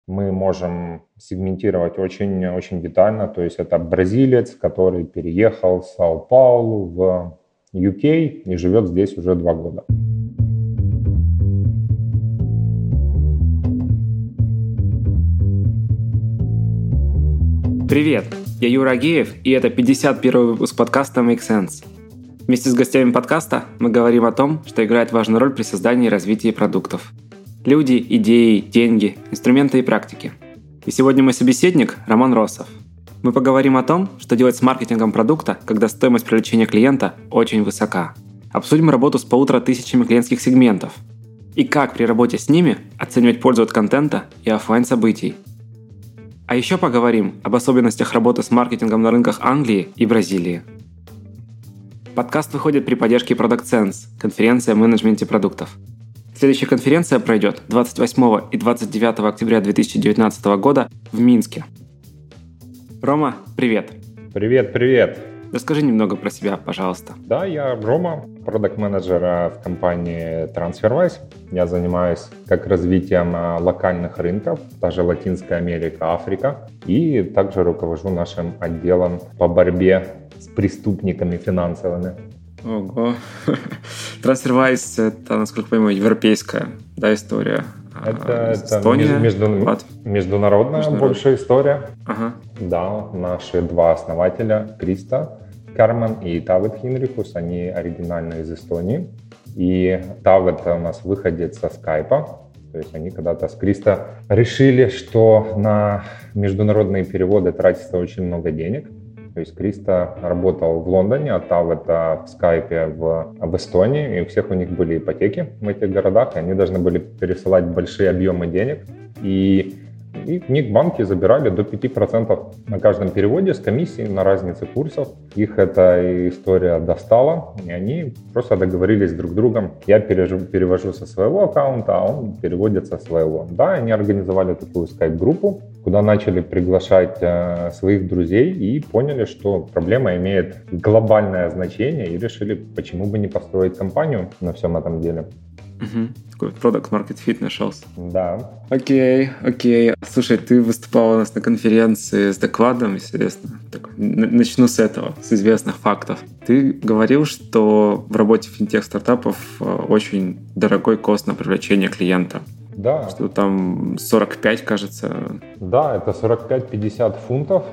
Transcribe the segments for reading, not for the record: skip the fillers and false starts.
мы можем сегментировать очень детально. То есть это бразилец, который переехал с Сан-Паулу в UK и живет здесь уже 2 года. Привет, я Юра Агеев, и это 51-й выпуск подкаста Make Sense. Вместе с гостями подкаста мы говорим о том, что играет важную роль при создании и развитии продуктов. Люди, идеи, деньги, инструменты и практики. И сегодня мой собеседник Роман Россов. Мы поговорим о том, что делать с маркетингом продукта, когда стоимость привлечения клиента очень высока. Обсудим работу с 1500 клиентских сегментов. И как при работе с ними оценивать пользу от контента и офлайн событий. А еще поговорим об особенностях работы с маркетингом на рынках Англии и Бразилии. Подкаст выходит при поддержке Product Sense, конференция о менеджменте продуктов. Следующая конференция пройдет 28 и 29 октября 2019 года в Минске. Рома, привет. Привет. Расскажи немного про себя, пожалуйста. Да, я Рома, продакт-менеджер в компании TransferWise. Я занимаюсь как развитием локальных рынков, даже Латинская Америка, Африка. И также руковожу нашим отделом по борьбе с преступниками финансовыми. Ого. TransferWise — это, насколько я понимаю, европейская, история. Это Эстония, международная большая история. Ага. Да, наши два основателя, Криста Карман и Тaavet Хинрихус, они оригинально из Эстонии. И Taavet у нас выходит со скайпа. То есть они когда-то с Криста решили, что на международные переводы тратится очень много денег. То есть Криста работал в Лондоне, а Taavet в скайпе в Эстонии. И у всех у них были ипотеки в этих городах, и они должны были пересылать большие объемы денег. И у них банки забирали до 5% на каждом переводе с комиссией на разнице курсов. Их эта история достала, и они просто договорились друг с другом. Я перевожу со своего аккаунта, а он переводит со своего. Да, они организовали такую скайп-группу, куда начали приглашать своих друзей и поняли, что проблема имеет глобальное значение, и решили, почему бы не построить компанию на всем этом деле. Такой product market fit нашелся. Да. Окей. Слушай, ты выступал у нас на конференции с докладом, естественно. Начну с этого, с известных фактов. Ты говорил, что в работе финтех-стартапов очень дорогой кост на привлечение клиента. Да. Что там 45, кажется. Да, это 45-50 фунтов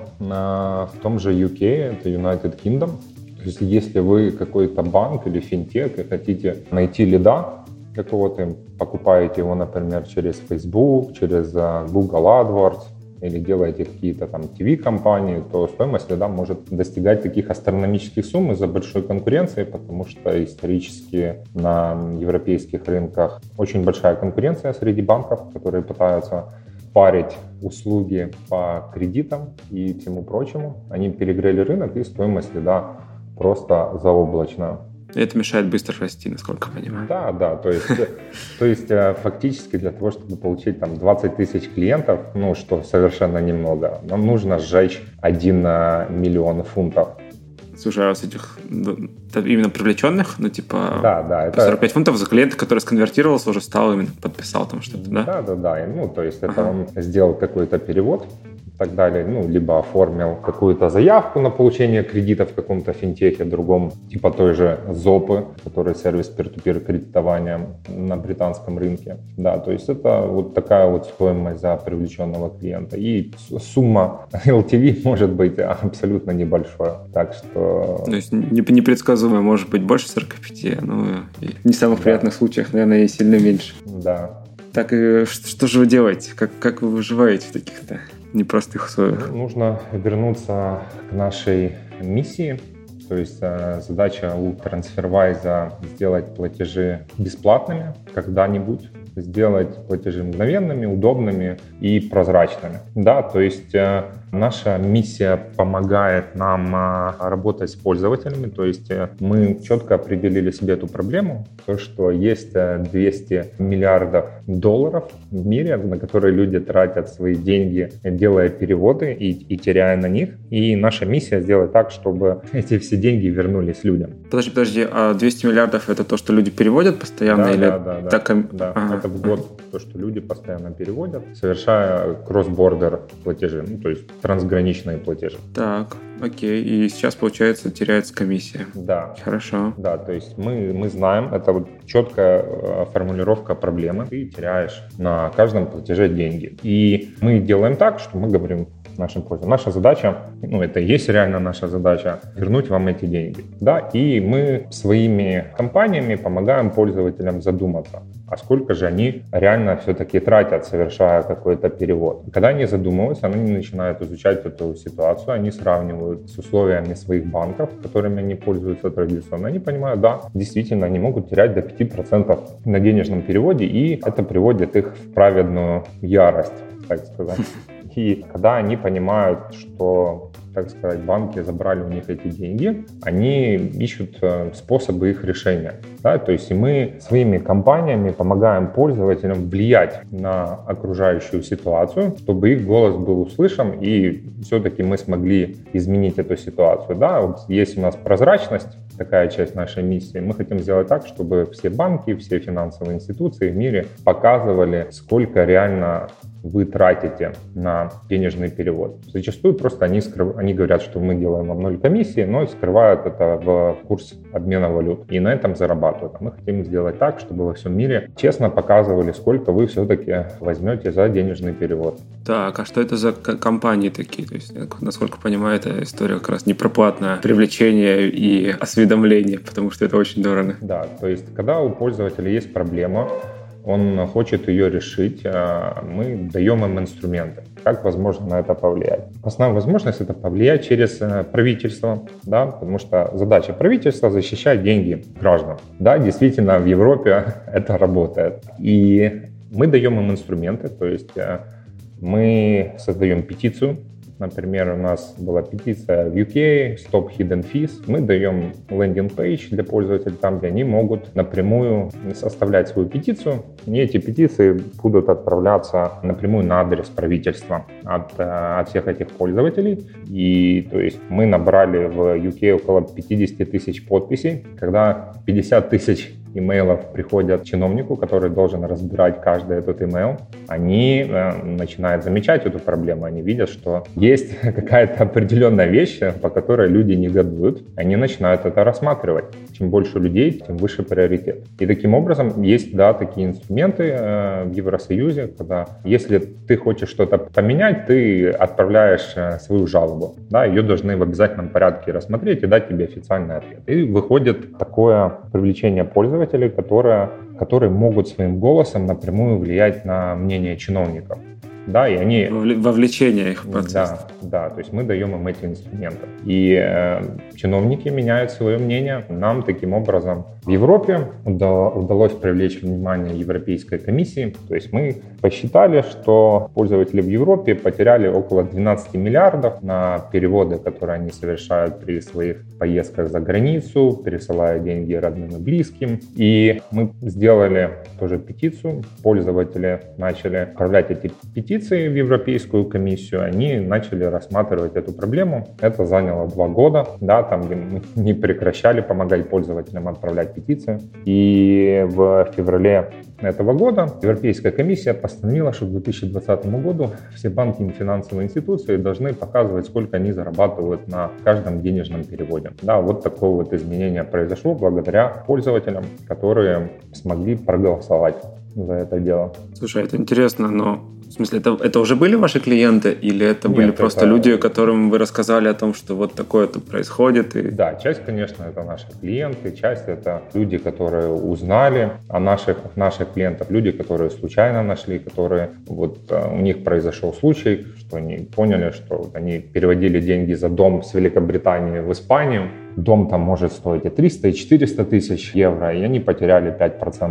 в том же UK, это United Kingdom. То есть если вы какой-то банк или финтех и хотите найти лида какого-то, покупаете его, например, через Facebook, через Google AdWords или делаете какие-то там TV-компании, то стоимость лида может достигать таких астрономических сумм из-за большой конкуренции, потому что исторически на европейских рынках очень большая конкуренция среди банков, которые пытаются парить услуги по кредитам и всему прочему. Они перегрели рынок, и стоимость лида просто заоблачная. Это мешает быстро расти, насколько я понимаю. Да. То есть фактически для того, чтобы получить там 20 тысяч клиентов, что совершенно немного, нам нужно сжечь 1 миллион фунтов. Слушай, а с этих именно привлеченных, Да, это 45 фунтов за клиента, который сконвертировался, уже стал, именно подписал там что-то, да? Да. То есть это он сделал какой-то перевод и так далее, либо оформил какую-то заявку на получение кредита в каком-то финтехе другом, типа той же Zope, который сервис peer-to-peer кредитования на британском рынке. Да, то есть это вот такая вот стоимость за привлеченного клиента. И сумма LTV может быть абсолютно небольшой. Так что... То есть непредсказуемо, может быть больше 45, но в не самых приятных случаях, наверное, и сильно меньше. Да. Так, и что же вы делаете? Как вы выживаете в таких-то непростых условиях? Нужно вернуться к нашей миссии. То есть задача у TransferWise сделать платежи бесплатными когда-нибудь, сделать платежи мгновенными, удобными и прозрачными. Да, то есть Наша миссия помогает нам работать с пользователями, то есть мы четко определили себе эту проблему, то, что есть 200 миллиардов долларов в мире, на которые люди тратят свои деньги, делая переводы и теряя на них. И наша миссия сделать так, чтобы эти все деньги вернулись людям. Подожди, а 200 миллиардов это то, что люди переводят постоянно? Да, или да. Ага. Это в год то, что люди постоянно переводят, совершая кросс-бордер платежи, то есть трансграничные платежи. Так, окей. И сейчас, получается, теряется комиссия. Да. Хорошо. Да, то есть мы знаем, это вот четкая формулировка проблемы. Ты теряешь на каждом платеже деньги. И мы делаем так, что мы говорим нашим пользователям. Наша задача, это и есть реально наша задача, вернуть вам эти деньги. Да, и мы своими компаниями помогаем пользователям задуматься, а сколько же они реально все-таки тратят, совершая какой-то перевод. Когда они задумываются, они начинают изучать эту ситуацию, они сравнивают с условиями своих банков, которыми они пользуются традиционно. Они понимают, да, действительно, они могут терять до 5% на денежном переводе, и это приводит их в праведную ярость, так сказать. И когда они понимают, что, так сказать, банки забрали у них эти деньги, они ищут способы их решения. Да? То есть и мы своими компаниями помогаем пользователям влиять на окружающую ситуацию, чтобы их голос был услышан, и все-таки мы смогли изменить эту ситуацию. Да? Вот есть у нас прозрачность, такая часть нашей миссии. Мы хотим сделать так, чтобы все банки, все финансовые институции в мире показывали, сколько реально вы тратите на денежный перевод. Зачастую просто они говорят, что мы делаем вам 0 комиссии, но скрывают это в курс обмена валют и на этом зарабатывают. А мы хотим сделать так, чтобы во всем мире честно показывали, сколько вы все-таки возьмете за денежный перевод. Так, а что это за компании такие? То есть, насколько понимаю, эта история как раз не про платное привлечение и осведомление, потому что это очень дорого. Да, то есть, когда у пользователя есть проблема, он хочет ее решить, мы даем им инструменты. Как возможно на это повлиять? Основная возможность — это повлиять через правительство, да, потому что задача правительства — защищать деньги граждан. Да, действительно, в Европе это работает. И мы даем им инструменты, то есть мы создаем петицию. Например, у нас была петиция в UK «Stop Hidden Fees». Мы даем лендинг-пейдж для пользователей, там, где они могут напрямую составлять свою петицию. И эти петиции будут отправляться напрямую на адрес правительства от всех этих пользователей. И то есть мы набрали в UK около 50 тысяч подписей. Когда 50 тысяч имейлов приходят чиновнику, который должен разбирать каждый этот имейл, они начинают замечать эту проблему, они видят, что есть какая-то определенная вещь, по которой люди негодуют, они начинают это рассматривать. Чем больше людей, тем выше приоритет. И таким образом есть, да, такие инструменты в Евросоюзе, когда если ты хочешь что-то поменять, ты отправляешь свою жалобу, да, ее должны в обязательном порядке рассмотреть и дать тебе официальный ответ. И выходит такое привлечение пользователей, которые могут своим голосом напрямую влиять на мнение чиновников. Да, и они... Вовлечение их в процесс. Да, то есть мы даем им эти инструменты. И чиновники меняют свое мнение. Нам таким образом в Европе удалось привлечь внимание Европейской комиссии. То есть мы посчитали, что пользователи в Европе потеряли около 12 миллиардов на переводы, которые они совершают при своих поездках за границу, пересылая деньги родным и близким. И мы сделали тоже петицию. Пользователи начали отправлять эти петиции в Европейскую комиссию, они начали рассматривать эту проблему. Это заняло 2 года, да, там мы не прекращали помогать пользователям отправлять петиции. И в феврале этого года Европейская комиссия постановила, что к 2020 году все банки и финансовые институции должны показывать, сколько они зарабатывают на каждом денежном переводе. Да, вот такое вот изменение произошло благодаря пользователям, которые смогли проголосовать за это дело. Слушай, это интересно, но в смысле, это уже были ваши клиенты или это были Нет, просто люди, которым вы рассказали о том, что вот такое-то происходит? И... Да, часть, конечно, это наши клиенты, часть это люди, которые узнали о наших клиентах, люди, которые случайно нашли, которые вот у них произошел случай, что они поняли, что вот они переводили деньги за дом с Великобритании в Испанию. Дом там может стоить и 300, и 400 тысяч евро, и они потеряли 5%.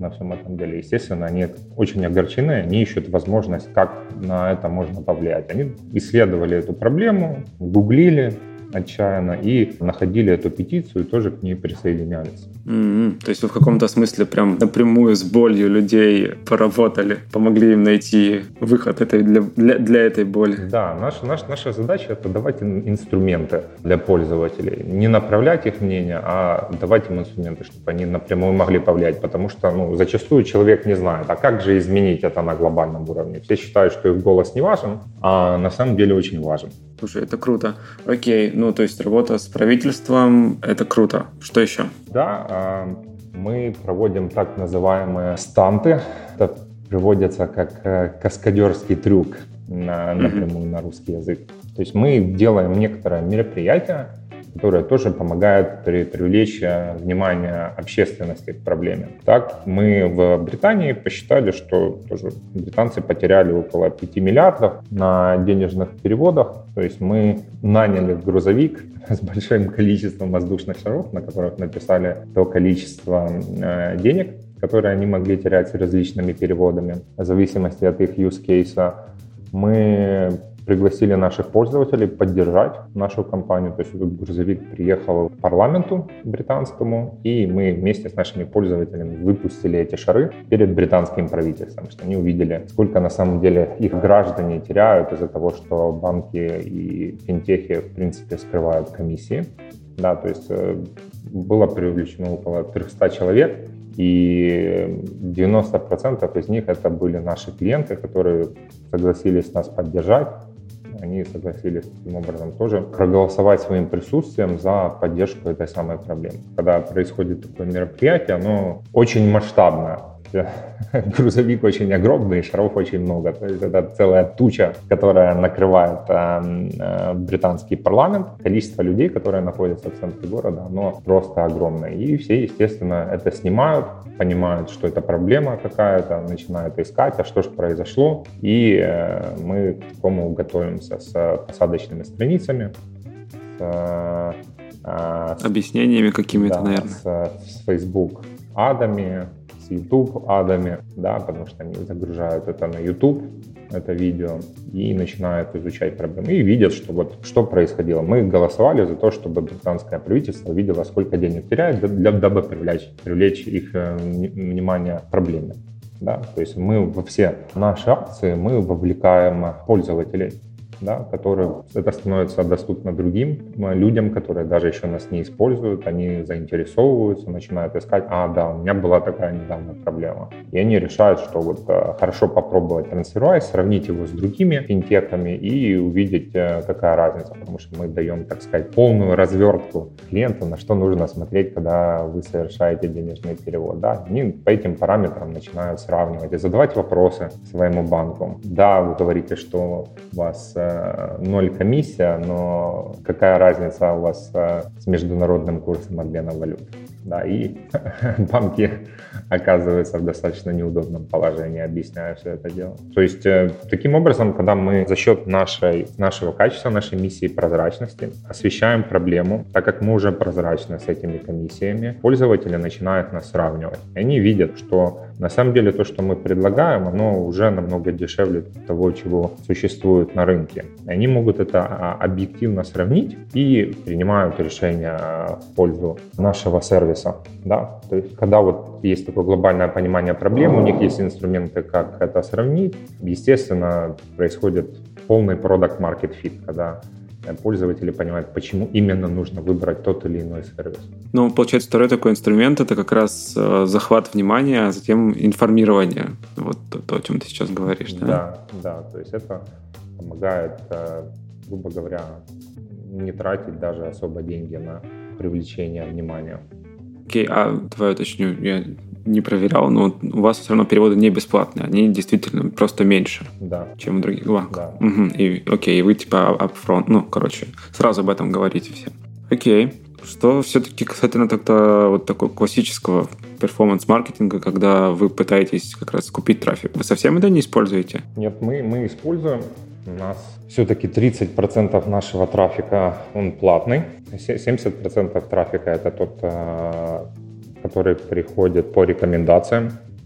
на всем этом деле. Естественно, они очень огорчены, они ищут возможность, как на это можно повлиять. Они исследовали эту проблему, гуглили отчаянно и находили эту петицию и тоже к ней присоединялись. То есть вы в каком-то смысле прям напрямую с болью людей поработали, помогли им найти выход для этой боли. Да, наша задача — это давать им инструменты для пользователей. Не направлять их мнение, а давать им инструменты, чтобы они напрямую могли повлиять. Потому что зачастую человек не знает, а как же изменить это на глобальном уровне. Все считают, что их голос не важен, а на самом деле очень важен. Слушай, это круто. Окей, то есть работа с правительством — это круто. Что еще? Да, мы проводим так называемые станты. Это приводится как каскадерский трюк напрямую на русский язык. То есть мы делаем некоторые мероприятия, которые тоже помогают привлечь внимание общественности к проблеме. Так, мы в Британии посчитали, что тоже британцы потеряли около 5 миллиардов на денежных переводах. То есть мы наняли грузовик с большим количеством воздушных шаров, на которых написали то количество денег, которые они могли терять с различными переводами, в зависимости от их use case. Мы пригласили наших пользователей поддержать нашу компанию. То есть этот грузовик приехал к парламенту британскому, и мы вместе с нашими пользователями выпустили эти шары перед британским правительством, что они увидели, сколько на самом деле их граждане теряют из-за того, что банки и финтехи в принципе скрывают комиссии. Да, то есть было привлечено около 300 человек, и 90% из них это были наши клиенты, которые согласились нас поддержать. Они согласились таким образом тоже проголосовать своим присутствием за поддержку этой самой проблемы. Когда происходит такое мероприятие, оно очень масштабное. Грузовик очень огромный, шаров очень много. То есть это целая туча, которая накрывает британский парламент. Количество людей, которые находятся в центре города, оно просто огромное. И все, естественно, это снимают, понимают, что это проблема какая-то, начинают искать, а что же произошло. И мы к такому готовимся с посадочными страницами, с объяснениями какими-то, да, наверное. С Facebook адами, с YouTube адами, да, потому что они загружают это на YouTube, это видео, и начинают изучать проблемы. И видят, что происходило. Мы голосовали за то, чтобы британское правительство видело, сколько денег теряет, дабы привлечь их внимание к проблеме. Да? То есть мы во все наши акции мы вовлекаем пользователей, да, это становится доступно другим людям, которые даже еще нас не используют, они заинтересовываются, начинают искать, у меня была такая недавно проблема. И они решают, что хорошо попробовать TransferWise, сравнить его с другими финтехами и увидеть, какая разница, потому что мы даем, так сказать, полную развертку клиенту, на что нужно смотреть, когда вы совершаете денежный перевод. Да? Они по этим параметрам начинают сравнивать и задавать вопросы своему банку. Да, вы говорите, что у вас 0 комиссия, но какая разница у вас с международным курсом обмена валют? Да, и банки оказываются в достаточно неудобном положении, объясняя все это дело. То есть, таким образом, когда мы за счет нашего качества, нашей миссии прозрачности освещаем проблему, так как мы уже прозрачны с этими комиссиями, пользователи начинают нас сравнивать. И они видят, что на самом деле то, что мы предлагаем, оно уже намного дешевле того, чего существует на рынке. И они могут это объективно сравнить и принимают решения в пользу нашего сервиса. Да? То есть, когда есть такое глобальное понимание проблем, у них есть инструменты, как это сравнить. Естественно, происходит полный product-market fit, когда пользователи понимают, почему именно нужно выбрать тот или иной сервис. Получается, второй такой инструмент — это как раз захват внимания, а затем информирование. Вот то, о чем ты сейчас говоришь. Да. То есть это помогает, грубо говоря, не тратить даже особо деньги на привлечение внимания. Окей, давай уточню, я не проверял, но у вас все равно переводы не бесплатные, они действительно просто меньше, чем у других банков. Да. Угу. И вы upfront, сразу об этом говорите всем. Окей. Что все-таки касательно тогда такого классического перформанс-маркетинга, когда вы пытаетесь как раз купить трафик? Вы совсем это не используете? Нет, мы используем. У нас все-таки 30% нашего трафика, он платный. 70% трафика — это тот, который приходит по рекомендациям.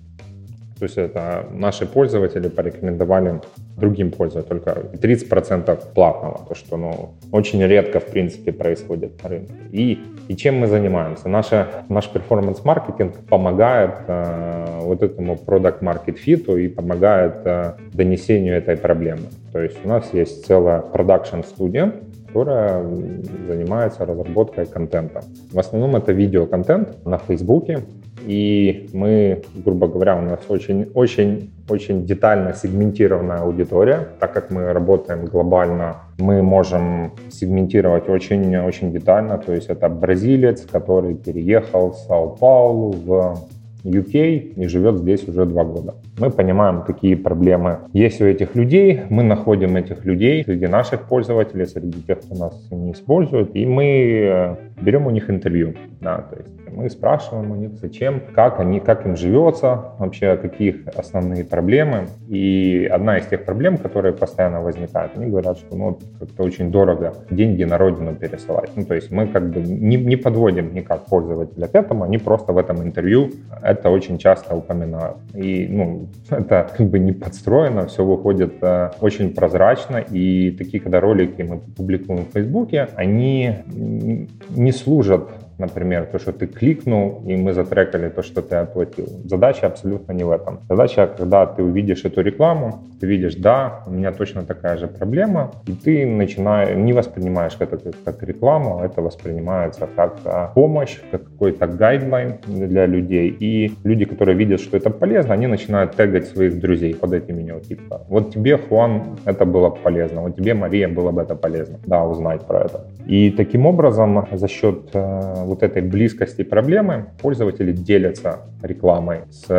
То есть это наши пользователи порекомендовали другим пользователям, только 30% платного, то, что очень редко, в принципе, происходит на рынке. И чем мы занимаемся? Наш перформанс-маркетинг помогает вот этому продакт-маркет-фиту и помогает донесению этой проблемы. То есть у нас есть целая продакшн-студия, которая занимается разработкой контента. В основном это видеоконтент на Фейсбуке. И мы, грубо говоря, у нас очень детально сегментированная аудитория. Так как мы работаем глобально, мы можем сегментировать очень детально. То есть это бразилец, который переехал с Сан-Паулу в UK и живет здесь уже 2 года. Мы понимаем, какие проблемы есть у этих людей, мы находим этих людей среди наших пользователей, среди тех, кто нас не использует, и мы берем у них интервью. Да, то есть мы спрашиваем у них, зачем, как им живется, вообще какие их основные проблемы. И одна из тех проблем, которые постоянно возникают, они говорят, что как-то очень дорого деньги на родину пересылать. То есть мы как бы не подводим никак пользователя к этому, они просто в этом интервью это очень часто упоминают. И это как бы не подстроено, все выходит очень прозрачно. И такие, когда ролики мы публикуем в Фейсбуке, они не служат, например, то, что ты кликнул, и мы затрекали то, что ты оплатил. Задача абсолютно не в этом. Задача, когда ты увидишь эту рекламу, ты видишь, да, у меня точно такая же проблема, и ты не воспринимаешь это как рекламу, это воспринимается как помощь, как какой-то гайдлайн для людей. И люди, которые видят, что это полезно, они начинают тегать своих друзей под этим меню. Типа, вот тебе, Хуан, это было полезно, вот тебе, Мария, было бы это полезно. Да, узнать про это. И таким образом, за счет вот этой близкости проблемы пользователи делятся рекламой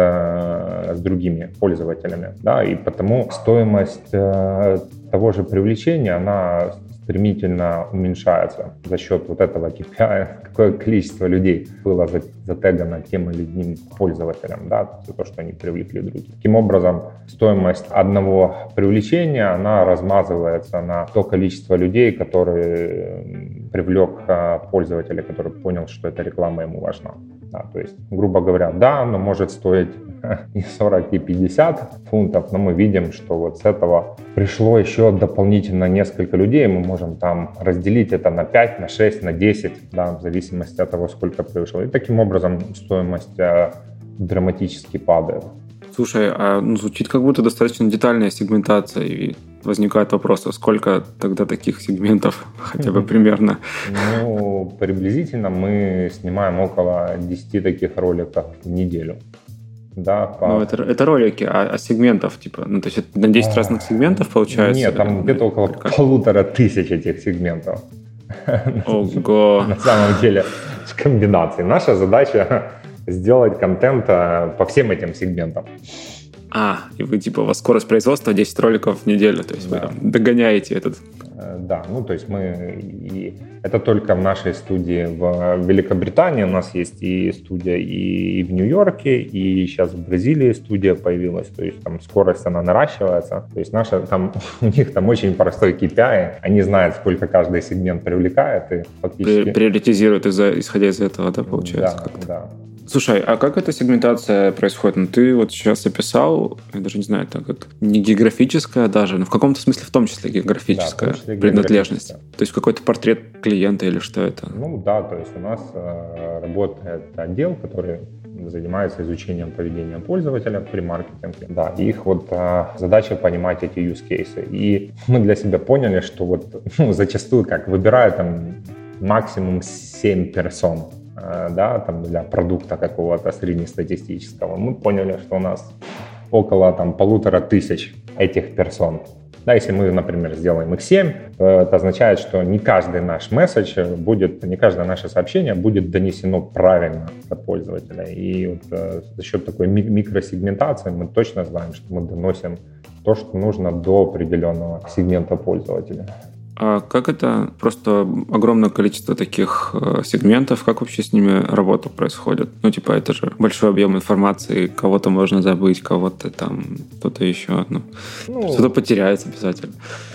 с другими пользователями. Да, и потому стоимость того же привлечения, она стремительно уменьшается за счет вот этого KPI, какое количество людей было затегано тем или иным пользователям, да, за то, что они привлекли других. Таким образом, стоимость одного привлечения, она размазывается на то количество людей, которые привлек пользователя, который понял, что эта реклама ему важна. Да, то есть, грубо говоря, да, оно может стоить и 40, и 50 фунтов, но мы видим, что вот с этого пришло еще дополнительно несколько людей, мы можем там разделить это на 5, на 6, на 10, да, в зависимости от того, сколько пришло. И таким образом стоимость драматически падает. Слушай, звучит как будто достаточно детальная сегментация, и возникает вопрос, а сколько тогда таких сегментов хотя бы примерно? Приблизительно мы снимаем около 10 таких роликов в неделю. Да, это ролики, а сегментов, типа, то есть это на 10 разных сегментов получается? Нет, там где-то около 1500 этих сегментов. Ого! На самом деле, комбинации. Наша задача сделать контент по всем этим сегментам. И вы, типа, у вас скорость производства 10 роликов в неделю, то есть вы там догоняете этот... Да, то есть это только в нашей студии в Великобритании, у нас есть и студия и в Нью-Йорке, и сейчас в Бразилии студия появилась, то есть там скорость, она наращивается, то есть у них там очень простой KPI, они знают, сколько каждый сегмент привлекает, и фактически... Приоритизируют, исходя из этого, да, получается? Да. Слушай, а как эта сегментация происходит? Ты вот сейчас описал, я даже не знаю, это как не географическая даже, но в каком-то смысле в том числе географическая принадлежность. То есть какой-то портрет клиента или что это? Да, то есть у нас работает отдел, который занимается изучением поведения пользователя при маркетинге. Да, их задача понимать эти use cases. И мы для себя поняли, что зачастую выбирают там максимум 7 персон. Да, там для продукта какого-то среднестатистического, мы поняли, что у нас около 1500 этих персон. Да, если мы, например, сделаем их 7, то это означает, что не каждый наш месседж не каждое наше сообщение будет донесено правильно до пользователя. И за счет такой микросегментации мы точно знаем, что мы доносим то, что нужно до определенного сегмента пользователя. А как это? Просто огромное количество таких сегментов, как вообще с ними работа происходит? Это же большой объем информации, кого-то можно забыть, кого-то там, кто-то еще, что-то потеряется обязательно.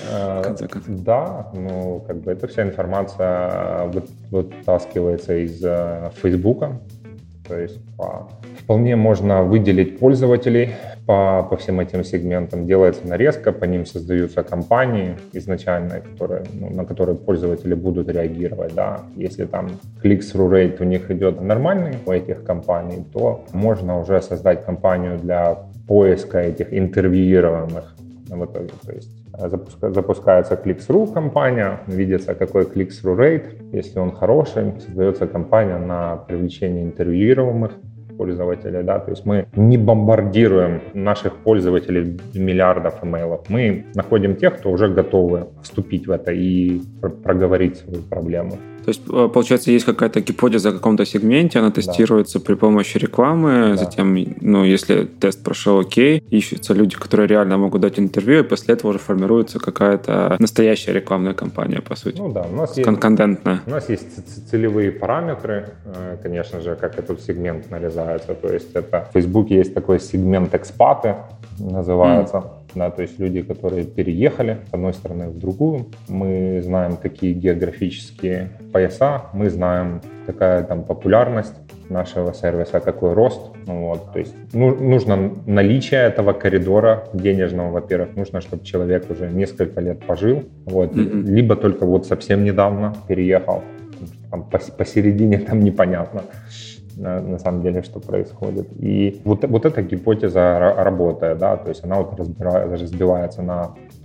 Да, эта вся информация вытаскивается из Фейсбука. То есть вполне можно выделить пользователей по всем этим сегментам. Делается нарезка, по ним создаются компании изначальные, на которые пользователи будут реагировать. Да. Если там click-through rate у них идет нормальный у этих компаний, то можно уже создать кампанию для поиска этих интервьюируемых. В итоге, то есть запускается click-through кампания, видится какой click-through rate. Если он хороший, создается кампания на привлечение интервьюируемых пользователей. Да? То есть мы не бомбардируем наших пользователей миллиардов имейлов. Мы находим тех, кто уже готовы вступить в это и проговорить свою проблему. То есть, получается, есть какая-то гипотеза о каком-то сегменте, она тестируется при помощи рекламы, затем, если тест прошел окей, ищутся люди, которые реально могут дать интервью, и после этого уже формируется какая-то настоящая рекламная кампания, по сути. У нас контентная. У нас есть целевые параметры, конечно же, как этот сегмент нарезается. То есть это в Facebook есть такой сегмент экспаты, называется. Да, то есть люди, которые переехали с одной стороны в другую. Мы знаем, какие географические пояса, мы знаем, какая там популярность нашего сервиса, какой рост. То есть нужно наличие этого коридора денежного, во-первых, нужно, чтобы человек уже несколько лет пожил, либо только совсем недавно переехал. Там посередине там непонятно. На самом деле, что происходит. И вот эта гипотеза работает, да, то есть она разбивается на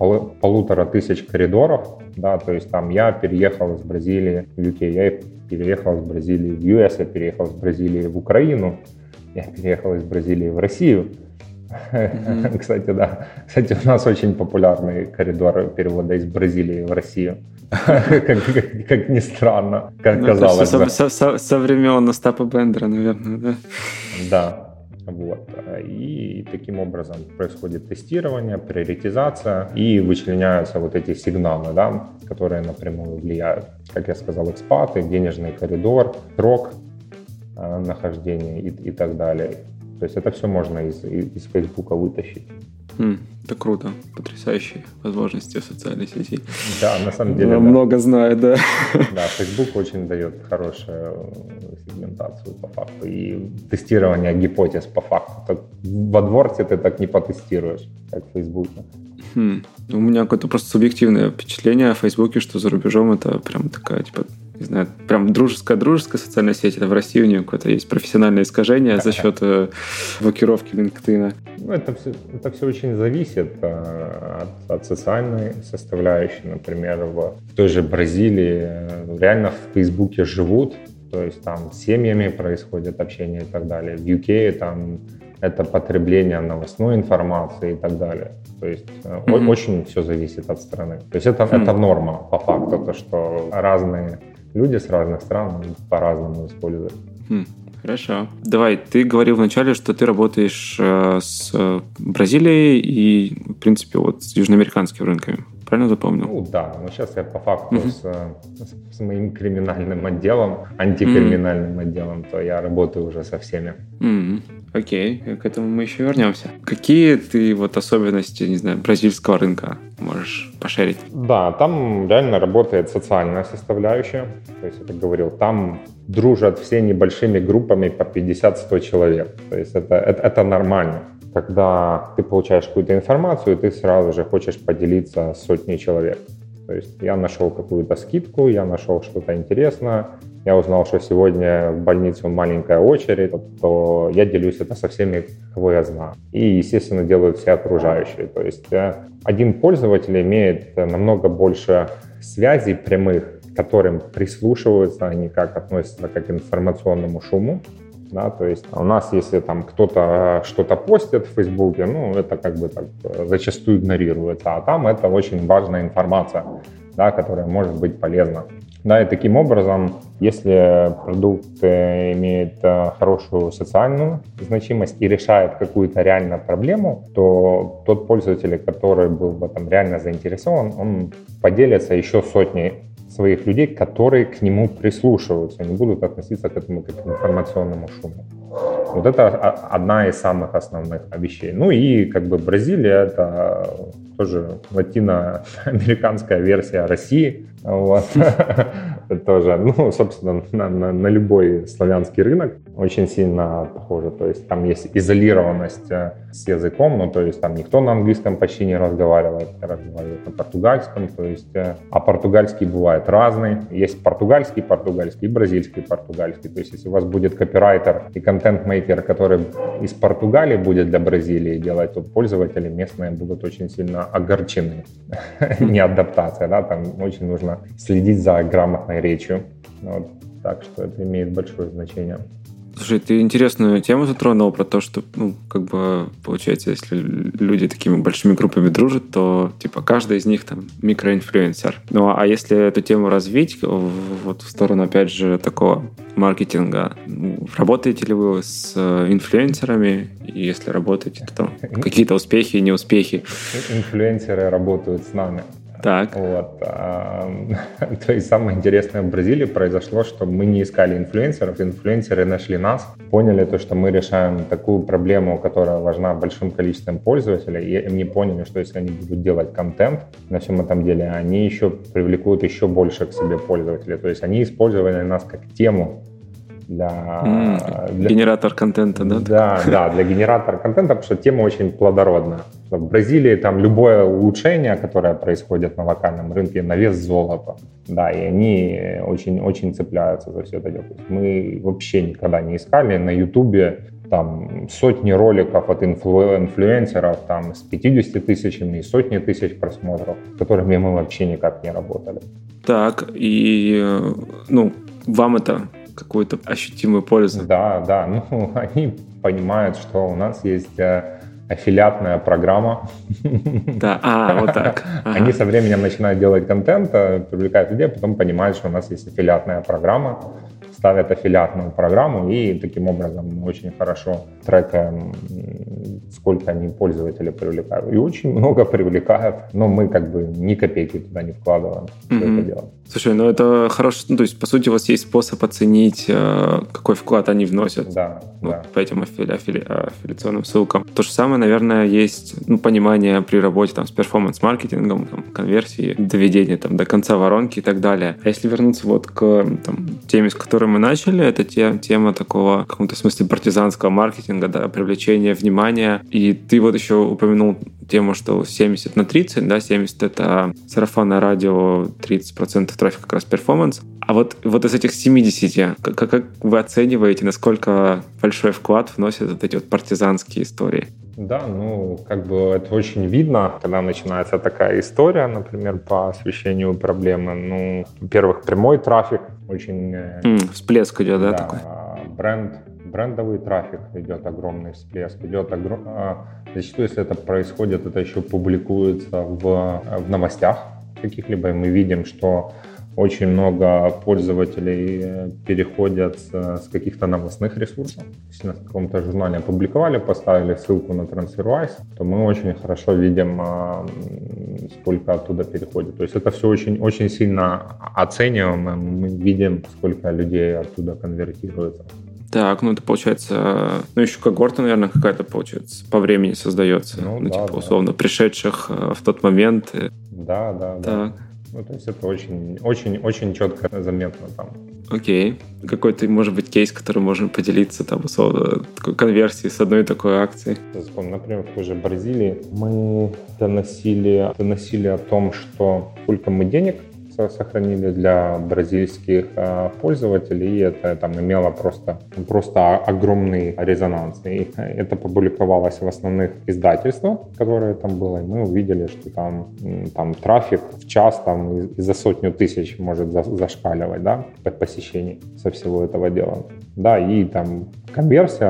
1500 коридоров, да, то есть там я переехал из Бразилии в UK, я переехал из Бразилии в US, я переехал из Бразилии в Украину, я переехал из Бразилии в Россию. Кстати, да. Кстати, у нас очень популярный коридор перевода из Бразилии в Россию. Как ни странно, как казалось бы. Со времен Остапа Бендера, наверное, да? Да. И таким образом происходит тестирование, приоритизация и вычленяются эти сигналы, да, которые напрямую влияют. Как я сказал, экспаты, денежный коридор, срок нахождения и так далее. То есть это все можно из Фейсбука вытащить. Это круто. Потрясающие возможности в социальной сети. Да, на самом деле. Много знает, да. Да, Facebook очень дает хорошую сегментацию по факту и тестирование гипотез по факту. В AdWords ты так не потестируешь, как в Facebook. У меня какое-то просто субъективное впечатление о Фейсбуке, что за рубежом это прям такая, не знаю, прям дружеская социальная сеть. Это в России у нее какое-то есть профессиональное искажение за счет блокировки LinkedIn. Это все очень зависит от социальной составляющей. Например, в той же Бразилии реально в Фейсбуке живут, то есть там с семьями происходит общение и так далее. В UK там это потребление новостной информации и так далее. То есть очень все зависит от страны. То есть это норма по факту, то, что разные люди с разных стран по-разному используют. Хорошо. Давай, ты говорил вначале, что ты работаешь с Бразилией и, в принципе, с южноамериканскими рынками. Правильно запомнил? Да, но сейчас я по факту с моим криминальным отделом, антикриминальным отделом, то я работаю уже со всеми. Окей, к этому мы еще вернемся. Какие ты особенности, не знаю, бразильского рынка можешь пошерить? Да, там реально работает социальная составляющая. То есть, я говорил, там дружат все небольшими группами по 50-100 человек. То есть это нормально. Когда ты получаешь какую-то информацию, ты сразу же хочешь поделиться с сотней человек. То есть я нашел какую-то скидку, я нашел что-то интересное, я узнал, что сегодня в больницу маленькая очередь, то я делюсь это со всеми, кого я знаю. И, естественно, делают все окружающие. То есть один пользователь имеет намного больше связей прямых, к которым прислушиваются, они как относятся к информационному шуму. Да, то есть у нас, если там кто-то что-то постит в Фейсбуке, это зачастую игнорируется, а там это очень важная информация, да, которая может быть полезна. Да, и таким образом, если продукт имеет хорошую социальную значимость и решает какую-то реальную проблему, то тот пользователь, который был в этом реально заинтересован, он поделится еще сотней своих людей, которые к нему прислушиваются, не будут относиться к этому как к информационному шуму. Вот это одна из самых основных вещей. И Бразилия — это тоже латиноамериканская версия России. Вот. Тоже, ну, собственно, на любой славянский рынок очень сильно похоже. То есть там есть изолированность с языком, ну, то есть там никто на английском почти не разговаривает на португальском, то есть, а португальский бывает разный. Есть португальский и бразильский португальский. То есть если у вас будет копирайтер и контент-мейкер, который из Португалии будет для Бразилии делать, то пользователи местные будут очень сильно огорчены. Не адаптация, да, там очень нужно следить за грамотной речью. Вот. Так что это имеет большое значение. Слушай, ты интересную тему затронул про то, что, ну, как бы, получается, если люди такими большими группами дружат, то, типа, каждый из них там микроинфлюенсер. Ну, а если эту тему развить вот в сторону, опять же, такого маркетинга, работаете ли вы с инфлюенсерами? И если работаете, то там какие-то успехи и неуспехи? Инфлюенсеры работают с нами. Так. Вот. То есть самое интересное в Бразилии произошло, что мы не искали инфлюенсеров, инфлюенсеры нашли нас, поняли то, что мы решаем такую проблему, которая важна большим количеством пользователей, и они поняли, что если они будут делать контент на всем этом деле, они еще привлекут еще больше к себе пользователей. То есть они использовали нас как тему для генератор контента, да? Да, для генератора контента, потому что тема очень плодородная. В Бразилии там любое улучшение, которое происходит на локальном рынке, на вес золота. Да, и они очень цепляются за все это дело. Мы вообще никогда не искали на Ютубе там сотни роликов от инфлюенсеров там с 50 тысячами и сотни тысяч просмотров, с которыми мы вообще никак не работали. Так, и ну, вам это какую-то ощутимую пользу? Да, ну, они понимают, что у нас есть аффилиатная программа. Да, вот так. Ага. Они со временем начинают делать контент, привлекают людей, а потом понимают, что у нас есть аффилиатная программа, ставят аффилиатную программу, и таким образом мы очень хорошо трекаем, сколько они пользователей привлекают. И очень много привлекают, но мы как бы ни копейки туда не вкладываем, все это дело. Слушай, ну это хорошо, ну, то есть, по сути, у вас есть способ оценить, какой вклад они вносят по этим аффилиационным ссылкам. То же самое, наверное, есть понимание при работе там, с перформанс-маркетингом, там, конверсии, доведения там, до конца воронки и так далее. А если вернуться вот к теме, с которой мы начали, это тема такого, в каком-то смысле, партизанского маркетинга, да, привлечения внимания. И ты вот еще упомянул тему, что 70/30, да, 70 — это сарафанное радио, 30% трафика как раз перформанс. А вот из этих 70, как вы оцениваете, насколько большой вклад вносят вот эти вот партизанские истории? Да, ну, как бы это очень видно, когда начинается такая история, например, по освещению проблемы. Ну, во-первых, прямой трафик очень... Всплеск идет, да, такой? Брендовый трафик идет, огромный всплеск. Зачастую, если это происходит, это еще публикуется в новостях каких-либо, и мы видим, что очень много пользователей переходят с каких-то новостных ресурсов. Если на каком-то журнале опубликовали, поставили ссылку на TransferWise, то мы очень хорошо видим, сколько оттуда переходит. То есть это все очень сильно оцениваемо. Мы видим, сколько людей оттуда конвертируется. Так, ну это получается, еще когорта, наверное, какая-то, получается, по времени создается. Условно, пришедших в тот момент. Да. Так. Ну, то есть это очень четко заметно там. Окей. Какой-то, может быть, кейс, который можем поделиться, там, условно, такой конверсии с одной такой акции? Например, в той же Бразилии мы доносили о том, что сколько мы денег сохранили для бразильских пользователей, и это там имело просто огромный резонанс. И это публиковалось в основных издательствах, которые там было, и мы увидели, что там трафик в час там и за 100 тысяч может зашкаливать, да, посещений со всего этого дела. Да, и там конверсия,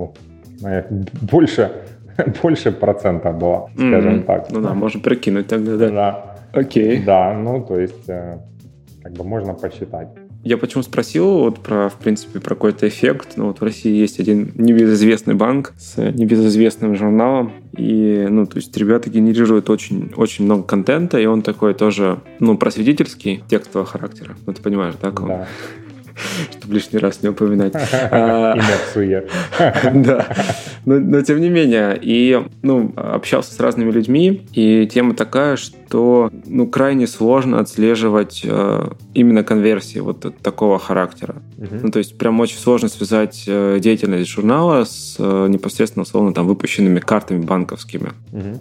больше процента была, скажем так. Ну да, можно прикинуть тогда, да. Да. Окей. Да, то есть, как бы можно посчитать. Я почему спросил в принципе, про какой-то эффект. В России есть один небезызвестный банк с небезызвестным журналом, и, то есть ребята генерируют очень, очень много контента, и он такой тоже, просветительский, текстового характера. Ты понимаешь, да? Да. чтобы лишний раз не упоминать. Имя псует. Да. Но тем не менее. И общался с разными людьми, и тема такая, что крайне сложно отслеживать именно конверсии вот такого характера. То есть прям очень сложно связать деятельность журнала с непосредственно, условно, там, выпущенными картами банковскими.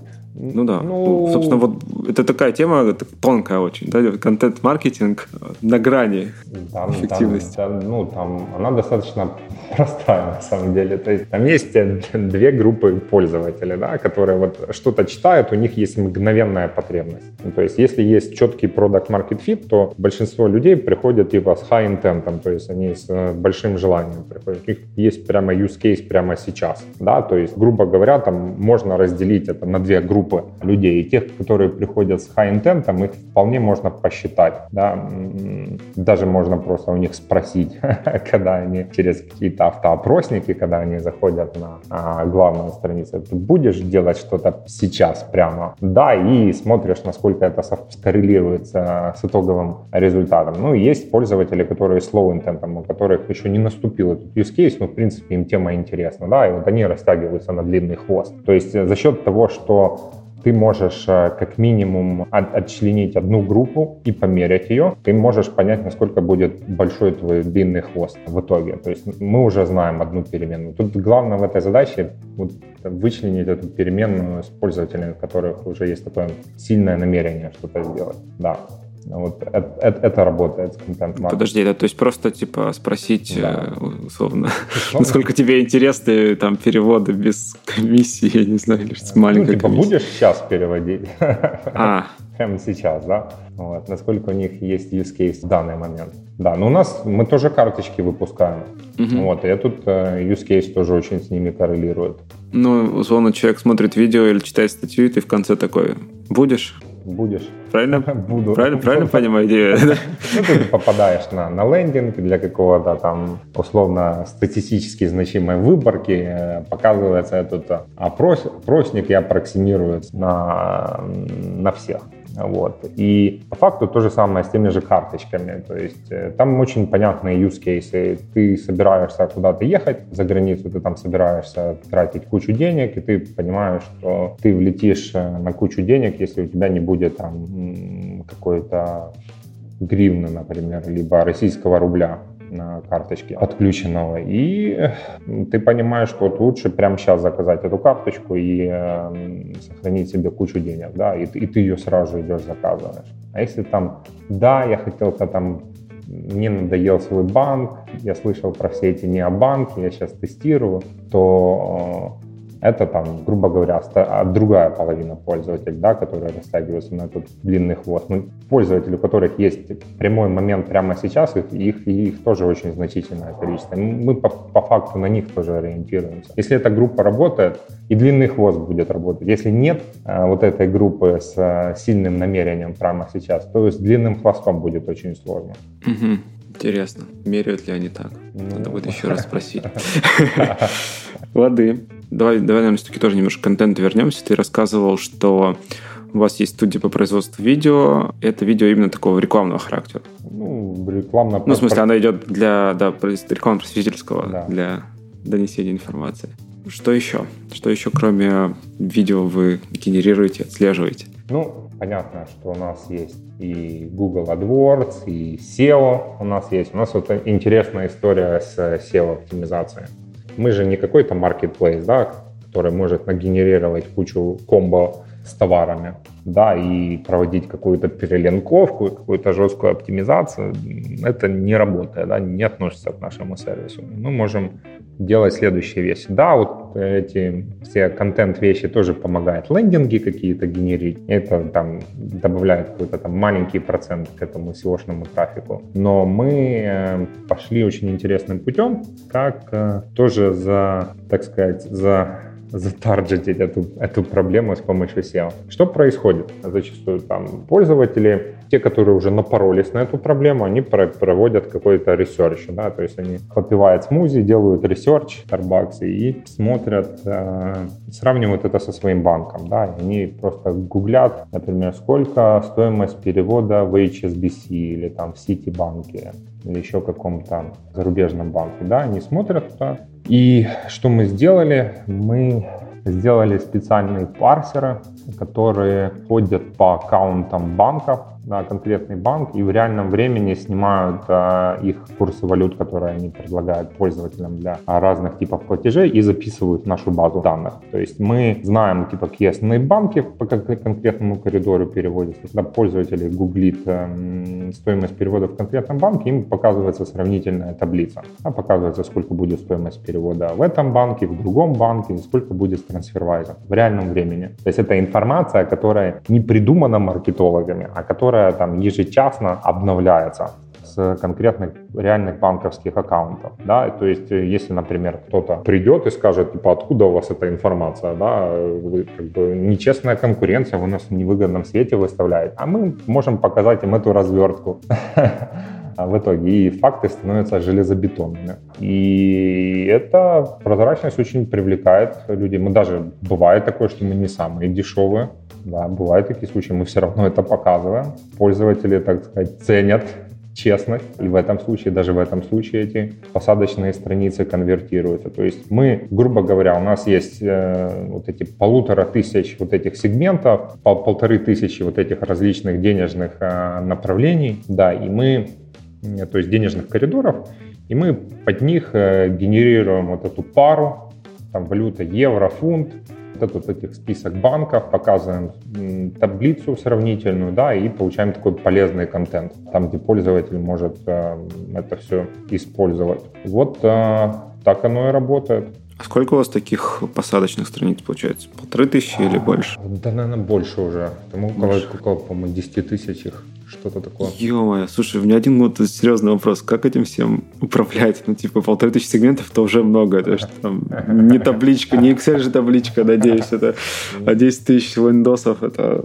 Собственно, вот это такая тема тонкая очень, да, контент-маркетинг на грани эффективности. Там она достаточно простая на самом деле. То есть там есть две группы пользователей, да, которые вот что-то читают, у них есть мгновенная потребность. То есть если есть четкий product market fit, то большинство людей приходят типа с high intent, то есть они с большим желанием приходят. У них есть прямо use case прямо сейчас, да, то есть, грубо говоря, там можно разделить это на две группы людей. И тех, которые приходят с high intent, их вполне можно посчитать, да, даже можно просто у них спросить, когда они через какие-то автоопросники, когда они заходят на главную страницу, ты будешь делать что-то сейчас прямо, да, и смотришь, насколько это скоррелируется с итоговым результатом. Есть пользователи, которые с low intent, у которых еще не наступил этот use case, но в принципе им тема интересна, да, и вот они растягиваются на длинный хвост. То есть за счет того, что ты можешь как минимум отчленить одну группу и померять ее, ты можешь понять, насколько будет большой твой длинный хвост в итоге. То есть мы уже знаем одну переменную. Тут главное в этой задаче вычленить эту переменную с пользователями, у которых уже есть такое сильное намерение что-то сделать. Да. Вот это работает с контент-маркетингом. Подожди, да, то есть просто типа спросить, условно, насколько тебе интересны там переводы без комиссии, я не знаю, или с маленькой комиссией. Будешь сейчас переводить? Прямо сейчас, да? Вот. Насколько у них есть use case в данный момент. Да, но мы тоже карточки выпускаем. Вот, и тут use case тоже очень с ними коррелирует. Условно, человек смотрит видео или читает статью, и ты в конце такой: будешь? Будешь. Правильно? Буду. Правильно понимаю идею? Ты попадаешь на лендинг для какого-то там условно статистически значимой выборки, показывается этот опросник и аппроксимируется на всех. Вот. И по факту то же самое с теми же карточками. То есть там очень понятные use cases. Ты собираешься куда-то ехать за границу, ты там собираешься тратить кучу денег, и ты понимаешь, что ты влетишь на кучу денег, если у тебя не будет там какой-то гривны, например, либо российского рубля на карточке отключенного, и ты понимаешь, что вот лучше прямо сейчас заказать эту карточку и сохранить себе кучу денег, да, и ты ее сразу же идешь заказываешь. А если там, да, я хотел-то там, мне надоел свой банк, я слышал про все эти необанки, я сейчас тестирую, то это там, грубо говоря, другая половина пользователей, да, которые растягиваются на этот длинный хвост. Пользователи, у которых есть прямой момент прямо сейчас, их тоже очень значительное количество. Мы по факту на них тоже ориентируемся. Если эта группа работает, и длинный хвост будет работать. Если нет вот этой группы с сильным намерением прямо сейчас, то с длинным хвостом будет очень сложно. Интересно, меряют ли они так? Надо будет еще раз спросить. Лады. Давай, наверное, все-таки тоже немножко к контенту вернемся. Ты рассказывал, что у вас есть студия по производству видео. Это видео именно такого рекламного характера. Рекламно... в смысле, оно идет для рекламно-просветительского, для донесения информации. Что еще? Что еще, кроме видео, вы генерируете, отслеживаете? Понятно, что у нас есть и Google AdWords, и SEO у нас есть. У нас вот интересная история с SEO-оптимизацией. Мы же не какой-то marketplace, да, который может нагенерировать кучу комбо с товарами, да, и проводить какую-то перелинковку, какую-то жесткую оптимизацию. Это не работает, да, не относится к нашему сервису. Мы можем делать следующие вещи. Да, вот эти все контент-вещи тоже помогают. Лендинги какие-то генерить. Это там добавляет какой-то там маленький процент к этому SEO-шному трафику. Но мы пошли очень интересным путем, как тоже затаргетить эту проблему с помощью SEO. Что происходит? Зачастую там пользователи, те, которые уже напоролись на эту проблему, они проводят какой-то ресерч, да, то есть они попивают смузи, делают ресерч в Starbucks и смотрят, сравнивают это со своим банком, да, и они просто гуглят, например, сколько стоимость перевода в HSBC или там в Ситибанке, или еще каком-то зарубежном банке, да, они смотрят туда. И что мы сделали? Мы сделали специальные парсеры, которые ходят по аккаунтам банков, на конкретный банк, и в реальном времени снимают их курсы валют, которые они предлагают пользователям для разных типов платежей, и записывают в нашу базу данных. То есть мы знаем, какие основные банки по конкретному коридору переводятся. Когда пользователь гуглит стоимость перевода в конкретном банке, им показывается сравнительная таблица. Показывается, сколько будет стоимость перевода в этом банке, в другом банке, и сколько будет с TransferWise в реальном времени. То есть это информация, которая не придумана маркетологами, а которая там ежечасно обновляется с конкретных реальных банковских аккаунтов, да, то есть если, например, кто-то придет и скажет, типа, откуда у вас эта информация, да, вы, как бы, нечестная конкуренция, вы нас в невыгодном свете выставляете, а мы можем показать им эту развертку в итоге, и факты становятся железобетонными. И эта прозрачность очень привлекает людей. Мы даже, бывает такое, что мы не самые дешевые, да, бывают такие случаи, мы все равно это показываем. Пользователи, так сказать, ценят честность. И в этом случае, даже в этом случае эти посадочные страницы конвертируются. То есть мы, грубо говоря, у нас есть вот эти 1500 вот этих сегментов, 1500 вот этих различных денежных направлений, да, и мы, то есть денежных коридоров, и мы под них генерируем вот эту пару, там валюта евро, фунт, вот этих список банков, показываем таблицу сравнительную, да, и получаем такой полезный контент, там, где пользователь может это все использовать. Вот так оно и работает. А сколько у вас таких посадочных страниц получается? 1500 или больше? Да, наверное, больше уже. Там около, по-моему, 10 тысяч их. Что-то такое. Ё-моё, слушай, у меня один вот серьезный вопрос. Как этим всем управлять? Ну, типа, 1500 сегментов, это уже много. То есть там не табличка, не Excel же табличка, надеюсь, это, а 10 тысяч виндосов, это...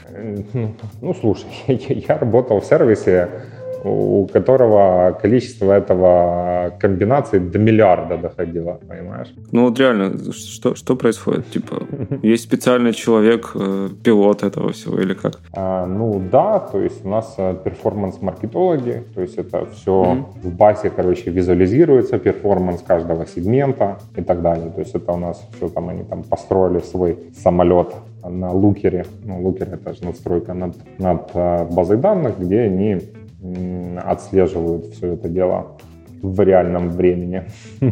Ну, слушай, я работал в сервисе, у которого количество этого комбинаций до миллиарда доходило, понимаешь? Ну вот реально, что происходит? Типа, есть специальный человек, пилот этого всего или как? Ну да, то есть у нас перформанс-маркетологи, то есть это все в базе, короче, визуализируется, перформанс каждого сегмента и так далее. То есть это у нас все там, они там построили свой самолет на Лукере. Ну, Лукер — это же надстройка над базой данных, где они отслеживают все это дело в реальном времени.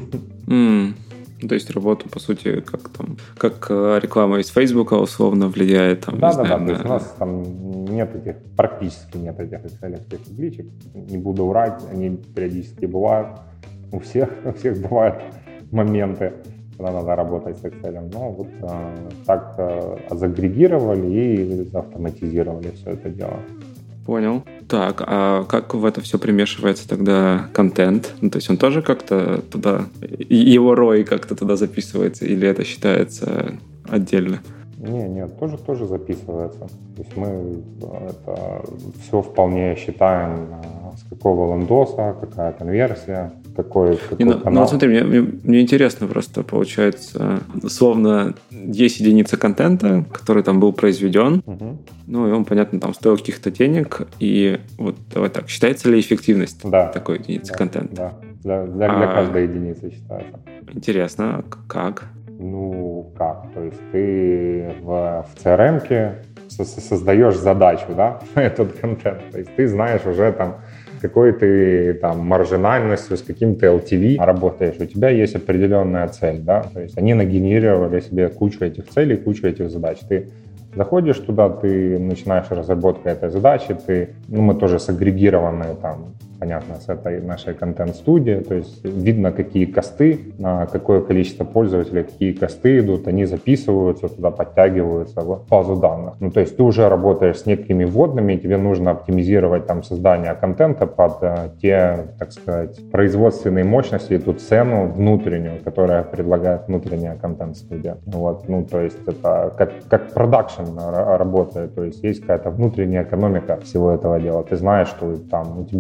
То есть работа, по сути, как реклама из Фейсбука условно влияет. Там, да. То есть у нас там практически нет этих экселевских табличек. Не буду врать, они периодически бывают. У всех бывают моменты, когда надо работать с Excel. Но вот так загрегировали и автоматизировали все это дело. Понял. Так, а как в это все примешивается тогда контент? Ну, то есть он тоже как-то туда, его ROI как-то туда записывается, или это считается отдельно? Нет, тоже записывается. То есть мы это все вполне считаем, с какого лендоса, какая конверсия, какой канал. Ну, вот смотри, мне интересно просто, получается, условно, есть единица контента, который там был произведен, ну, и он, понятно, там стоил каких-то денег, и вот давай так, считается ли эффективность такой единицы контента? Да, для каждой единицы считается. Интересно, как? Ну, как? То есть ты в CRM-ке создаешь задачу, да, этот контент. То есть ты знаешь уже там, какой ты там маржинальностью, с каким ты LTV работаешь. У тебя есть определенная цель, да, то есть они нагенерировали себе кучу этих целей, кучу этих задач. Ты заходишь туда, ты начинаешь разработку этой задачи, мы тоже сагрегированные там, понятно, с этой нашей контент-студии, то есть видно, какие косты, на какое количество пользователей, какие косты идут, они записываются туда, подтягиваются в базу данных. Ну, то есть ты уже работаешь с некими вводными, тебе нужно оптимизировать там создание контента под те, так сказать, производственные мощности, ту цену внутреннюю, которая предлагает внутренняя контент-студия. Вот, ну, то есть это как продакшн работает, то есть есть какая-то внутренняя экономика всего этого дела. Ты знаешь, что там у тебя там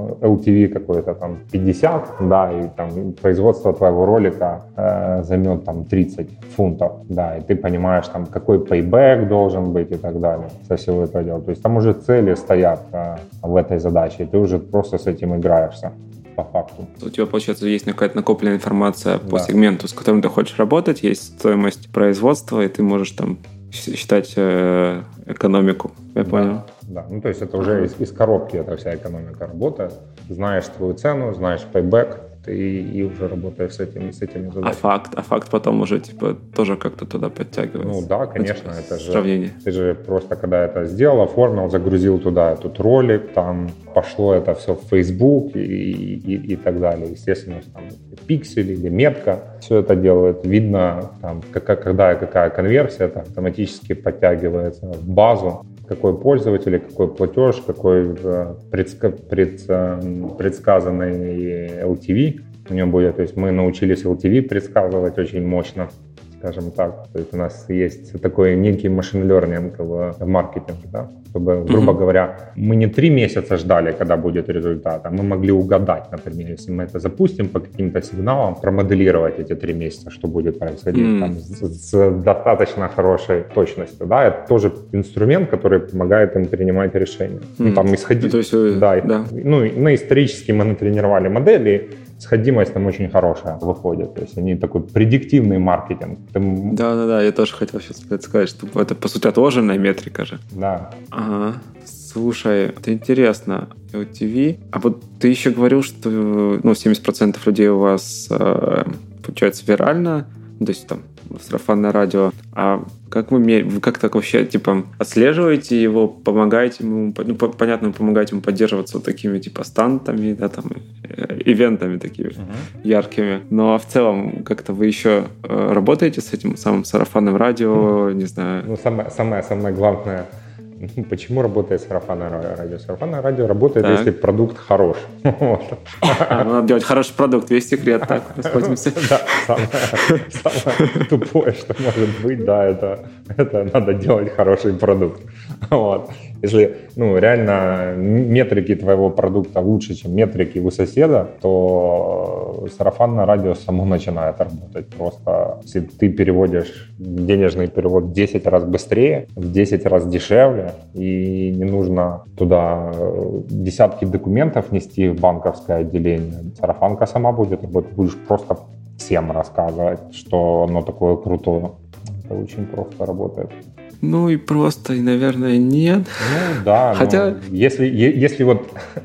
LTV какой-то там 50, да, и там производство твоего ролика займет там 30 фунтов, да, и ты понимаешь, там, какой payback должен быть и так далее со всего этого дела. То есть там уже цели стоят в этой задаче, и ты уже просто с этим играешься. По факту. У тебя, получается, есть какая-то накопленная информация по сегменту, с которым ты хочешь работать, есть стоимость производства, и ты можешь там считать экономику. Я понял. Да, ну то есть это уже из коробки эта вся экономика работает. Знаешь твою цену, знаешь payback, ты и уже работаешь с этими задачами. А факт потом уже типа тоже как-то туда подтягивается. Ну да, конечно, это же сравнение. Ты же просто когда это сделал, оформил, загрузил туда этот ролик, там пошло это все в Facebook и так далее. Естественно, там пиксель или метка, все это делает. Видно, там, какая конверсия, это автоматически подтягивается в базу. Какой пользователь, какой платеж, какой предсказанный LTV у него будет. То есть мы научились LTV предсказывать очень мощно, скажем так. То есть у нас есть такой некий машин learning в маркетинге, да? Чтобы, грубо говоря, мы не 3 месяца ждали, когда будет результат, а мы могли угадать, например, если мы это запустим по каким-то сигналам, промоделировать эти 3 месяца, что будет происходить там, с достаточно хорошей точностью. Да? Это тоже инструмент, который помогает им принимать решения. Ну, там исходить, да. Ну, исторически мы натренировали модели, сходимость там очень хорошая выходит. То есть они такой предиктивный маркетинг. Да, я тоже хотел сейчас сказать, что это, по сути, отложенная метрика же. Да. Ага. Слушай, это интересно. LTV. А вот ты еще говорил, что 70% людей у вас получается вирально, то есть там сарафанное радио. А как вы так вообще, типа, отслеживаете его, помогаете ему, понятно, вы помогаете ему поддерживаться вот такими, типа, стантами, да, там, ивентами такими яркими. Но в целом, как-то вы еще работаете с этим самым сарафанным радио, не знаю? Ну, самое главное, почему работает сарафанное радио? Сарафанное радио работает, если продукт хорош. Надо делать хороший продукт, весь секрет, так, расходимся. Да, самое тупое, что может быть, да, это надо делать хороший продукт. Вот. Если, реально метрики твоего продукта лучше, чем метрики у соседа, то сарафанное радио само начинает работать. Просто если ты переводишь денежный перевод в 10 раз быстрее, в 10 раз дешевле, и не нужно туда десятки документов нести в банковское отделение, сарафанка сама будет работать. Будешь просто всем рассказывать, что оно такое крутое. Это очень просто работает. Ну и просто, и, наверное, нет. Ну да, хотя... если вот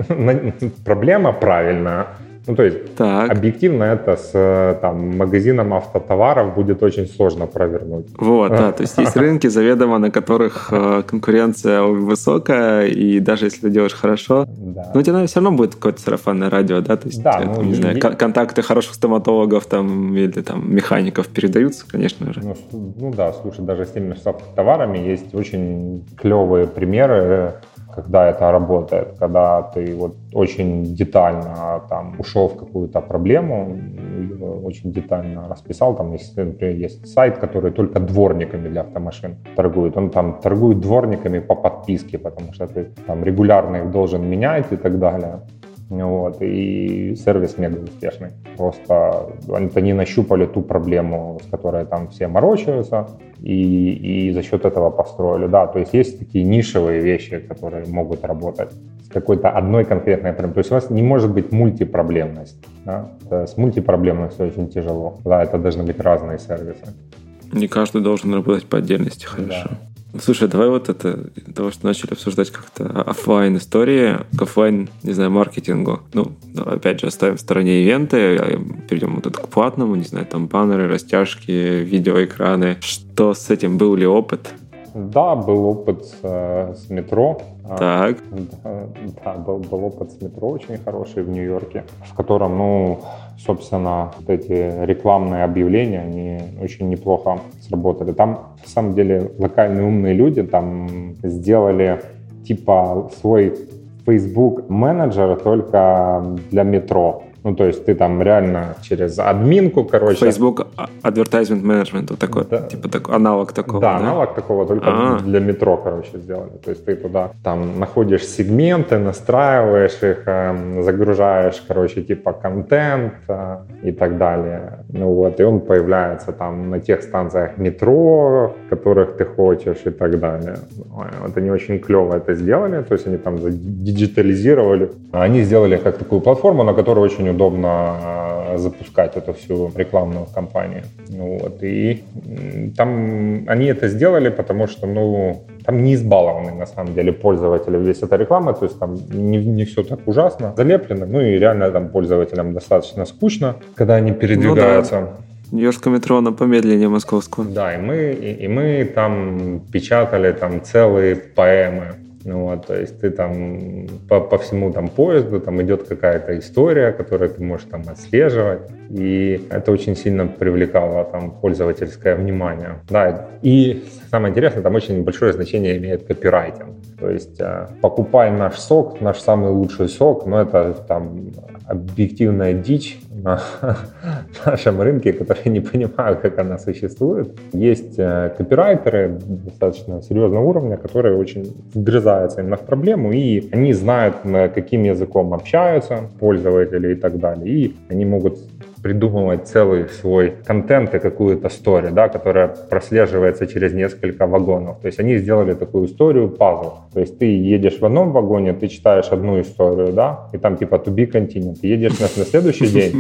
проблема правильная, то есть объективно это с магазином автотоваров будет очень сложно провернуть. Вот, да, то есть есть рынки заведомо, на которых конкуренция высокая, и даже если ты делаешь хорошо, но у тебя, наверное, все равно будет какое-то сарафанное радио, да, то есть, не знаю, контакты хороших стоматологов там, или там механиков передаются, конечно же. Ну да, слушай, даже с теми же автотоварами есть очень клевые примеры, когда это работает, когда ты вот очень детально там ушел в какую-то проблему, очень детально расписал, там, если, например, есть сайт, который только дворниками для автомашин торгует, он там торгует дворниками по подписке, потому что ты там регулярно их должен менять и так далее. Вот, и сервис мега успешный. Просто они нащупали ту проблему, с которой там все морочаются, и за счет этого построили. Да, то есть такие нишевые вещи, которые могут работать с какой-то одной конкретной проблемой. То есть у вас не может быть мультипроблемность. Да? С мультипроблемностью очень тяжело. Да, это должны быть разные сервисы. Не каждый должен работать по отдельности, хорошо. Да. Слушай, давай вот это, того, что начали обсуждать как-то офлайн истории, к офлайн, не знаю, маркетингу. Опять же, оставим в стороне ивенты, перейдем вот это к платному, не знаю, там баннеры, растяжки, видеоэкраны. Что с этим? Был ли опыт? Да, был опыт с метро. Так. Да, был опыт с метро очень хороший в Нью-Йорке, в котором, собственно, вот эти рекламные объявления, они очень неплохо сработали. Там, на самом деле, локальные умные люди там сделали типа свой Facebook менеджер только для метро. Ну, то есть ты там реально через админку, короче... Facebook Advertisement Management, вот такой, да, типа такой, аналог такого, да? Аналог такого, только для метро, короче, сделали. То есть ты туда там находишь сегменты, настраиваешь их, загружаешь, короче, типа контент и так далее. Ну вот, и он появляется там на тех станциях метро, которых ты хочешь и так далее. Вот они очень клево это сделали, то есть они там диджитализировали. Они сделали как такую платформу, на которой очень удобно запускать эту всю рекламную кампанию. Ну вот, и там они это сделали, потому что, ну, там не избалованы, на самом деле, пользователи весь эта реклама, то есть там не все так ужасно залеплено, ну и реально там пользователям достаточно скучно, когда они передвигаются. Ну, да. Нью-Йоркское метро, оно помедленнее московского. Да, и мы там печатали там целые поэмы. Ну, вот, то есть ты там по всему там поезду там идет какая-то история, которую ты можешь там отслеживать, и это очень сильно привлекало там пользовательское внимание. Да, и самое интересное, там очень большое значение имеет копирайтинг. То есть покупай наш сок, наш самый лучший сок, но это там объективная дичь на нашем рынке, которые не понимают, как она существует. Есть копирайтеры достаточно серьезного уровня, которые очень вгрызаются именно в проблему, и они знают, каким языком общаются пользователи и так далее, и они могут придумывать целый свой контент и какую-то историю, да, которая прослеживается через несколько вагонов. То есть они сделали такую историю пазл. То есть ты едешь в одном вагоне, ты читаешь одну историю, да, и там типа to be continued. Ты едешь на следующий день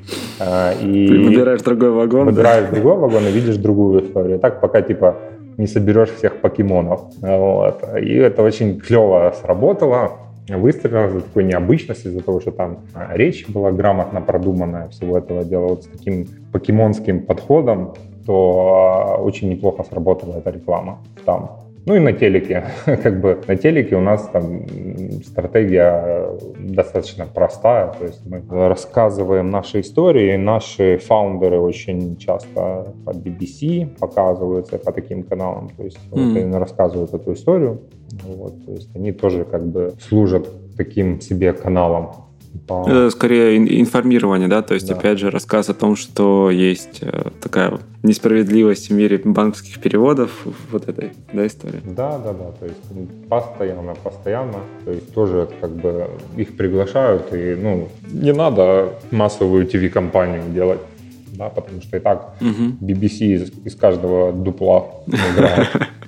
и выбираешь другой вагон. Выбираешь другой вагон и видишь другую историю. Так пока типа не соберешь всех покемонов. Вот. И это очень клево сработало. Выстрелила за такой необычность, из-за того, что там речь была грамотно продуманная всего этого дела, вот с таким покемонским подходом, то очень неплохо сработала эта реклама там. Ну и на телеке, как бы на телеке у нас там стратегия достаточно простая, то есть мы рассказываем наши истории, наши фаундеры очень часто по BBC показываются, по таким каналам, то есть вот они рассказывают эту историю, вот, то есть они тоже как бы служат таким себе каналом. Это скорее информирование, да, то есть, да. Опять же, рассказ о том, что есть такая несправедливость в мире банковских переводов, вот этой, да, истории. Да, то есть постоянно, то есть тоже как бы их приглашают, и, ну, не надо массовую ТВ-компанию делать, да, потому что и так BBC из каждого дупла играет.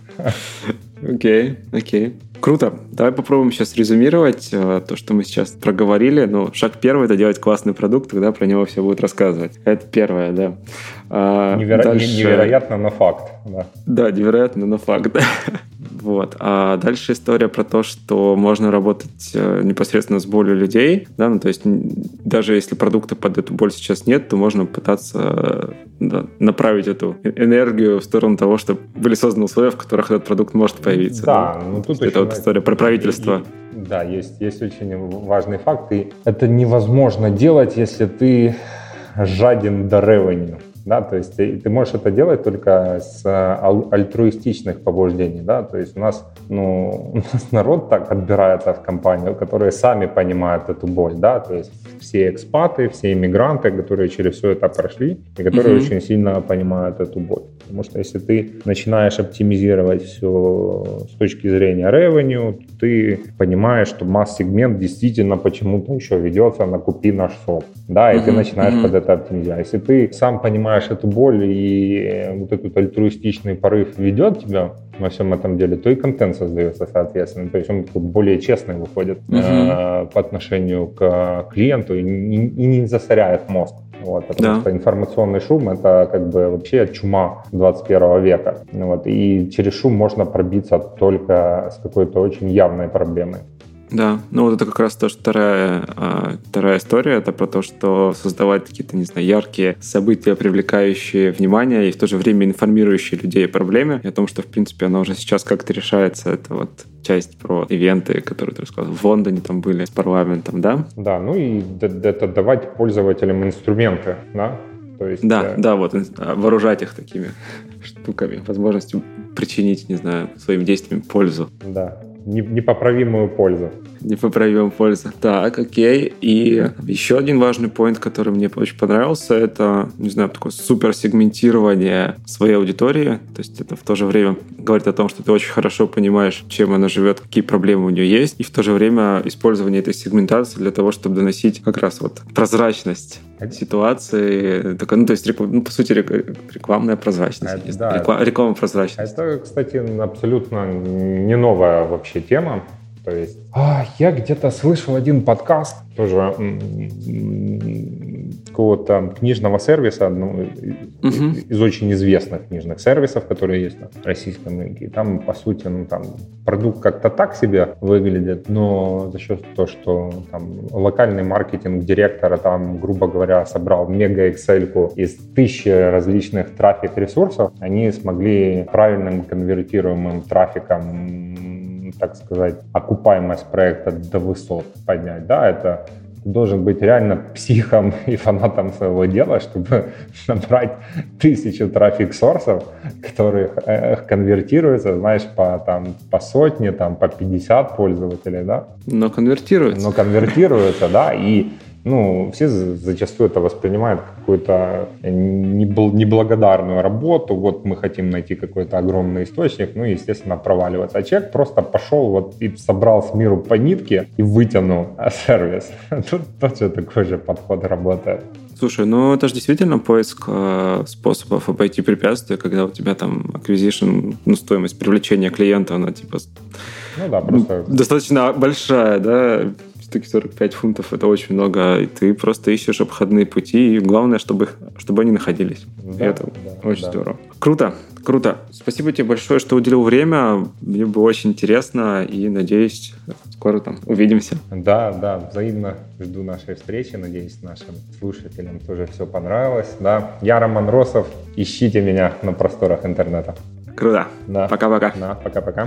Окей. Круто. Давай попробуем сейчас резюмировать то, что мы сейчас проговорили. Ну, шаг первый — это делать классный продукт, тогда про него все будут рассказывать. Это первое, да. Дальше... Невероятно, но факт. Да, невероятно, но факт. Вот. А дальше история про то, что можно работать непосредственно с болью людей. Да? Ну, то есть даже если продукта под эту боль сейчас нет, то можно пытаться направить эту энергию в сторону того, чтобы были созданы условия, в которых этот продукт может появиться. Да, ну тут это вот история про правительство. Да, есть очень важный факт. И это невозможно делать, если ты жаден до revenue. Да, то есть ты можешь это делать только с альтруистичных побуждений, да, то есть у нас народ так отбирается в компанию, которые сами понимают эту боль, да, то есть все экспаты, все иммигранты, которые через все это прошли и которые очень сильно понимают эту боль, потому что если ты начинаешь оптимизировать все с точки зрения revenue, ты понимаешь, что масс-сегмент действительно почему-то еще ведется на «купи наш сок», да, и ты начинаешь под это оптимизировать. Если ты сам понимаешь эту боль и вот этот альтруистичный порыв ведет тебя во всем этом деле, то и контент создается соответственно. То есть он более честный выходит по отношению к клиенту и не засоряет мозг. Вот, потому что информационный шум — это как бы вообще чума 21 века. Вот, и через шум можно пробиться только с какой-то очень явной проблемой. Да, ну вот это как раз то, что вторая история, это про то, что создавать какие-то, не знаю, яркие события, привлекающие внимание и в то же время информирующие людей о проблеме и о том, что, в принципе, она уже сейчас как-то решается. Это вот часть про ивенты, которые ты рассказывал. В Лондоне там были с парламентом, да? Да, ну и это давать пользователям инструменты, да? То есть, да, вот вооружать их такими штуками, возможностью причинить, не знаю, своими действиями пользу. Да. непоправимую пользу. Непоправимую пользу. Так, окей. И еще один важный поинт, который мне очень понравился, это, не знаю, такое суперсегментирование своей аудитории. То есть это в то же время говорит о том, что ты очень хорошо понимаешь, чем она живет, какие проблемы у нее есть, и в то же время использование этой сегментации для того, чтобы доносить как раз вот прозрачность ситуации. То есть, по сути, рекламная прозрачность. Реклама прозрачность. Это, кстати, абсолютно не новая вообще тема. То есть я где-то слышал один подкаст тоже какого-то книжного сервиса, из очень известных книжных сервисов, которые есть на российском рынке. И там, по сути, там продукт как-то так себе выглядит, но за счет того, что там локальный маркетинг директора там, грубо говоря, собрал мега-эксельку из 1000 различных трафик-ресурсов, они смогли правильным конвертируемым трафиком, так сказать, окупаемость проекта до высот поднять. Да, это должен быть реально психом и фанатом своего дела, чтобы набрать 1000 трафик-сорсов, которые конвертируются, знаешь, по сотне, по 50 пользователей, да? Но конвертируются, да, и все зачастую это воспринимают как какую-то неблагодарную работу. Вот мы хотим найти какой-то огромный источник, естественно, проваливаться. А человек просто пошел и собрал с миру по нитке и вытянул сервис. Тут тоже такой же подход работает. Слушай, это же действительно поиск способов обойти препятствия, когда у тебя там acquisition, стоимость привлечения клиента, она просто достаточно большая, да? 45 фунтов — это очень много, и ты просто ищешь обходные пути, и главное, чтобы они находились. Да, и это очень здорово. Круто. Спасибо тебе большое, что уделил время. Мне было очень интересно, и надеюсь, скоро увидимся. Да, взаимно жду нашей встречи. Надеюсь, нашим слушателям тоже все понравилось. Да. Я Роман Росов. Ищите меня на просторах интернета. Круто. Да. Пока-пока. Да, пока-пока.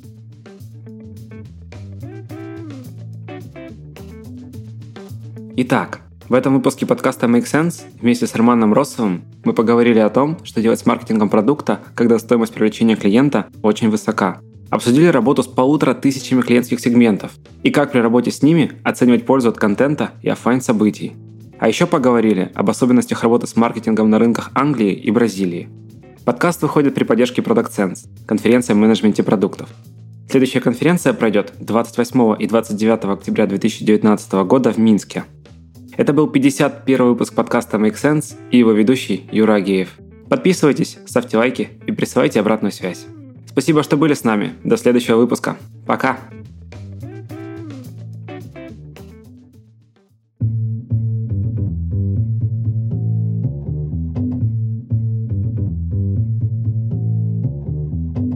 Итак, в этом выпуске подкаста Make Sense вместе с Романом Росовым мы поговорили о том, что делать с маркетингом продукта, когда стоимость привлечения клиента очень высока. Обсудили работу с 1500 клиентских сегментов и как при работе с ними оценивать пользу от контента и офлайн событий. А еще поговорили об особенностях работы с маркетингом на рынках Англии и Бразилии. Подкаст выходит при поддержке Product Sense, конференция о менеджменте продуктов. Следующая конференция пройдет 28 и 29 октября 2019 года в Минске. Это был 51 выпуск подкаста Make Sense и его ведущий Юра Агеев. Подписывайтесь, ставьте лайки и присылайте обратную связь. Спасибо, что были с нами. До следующего выпуска. Пока!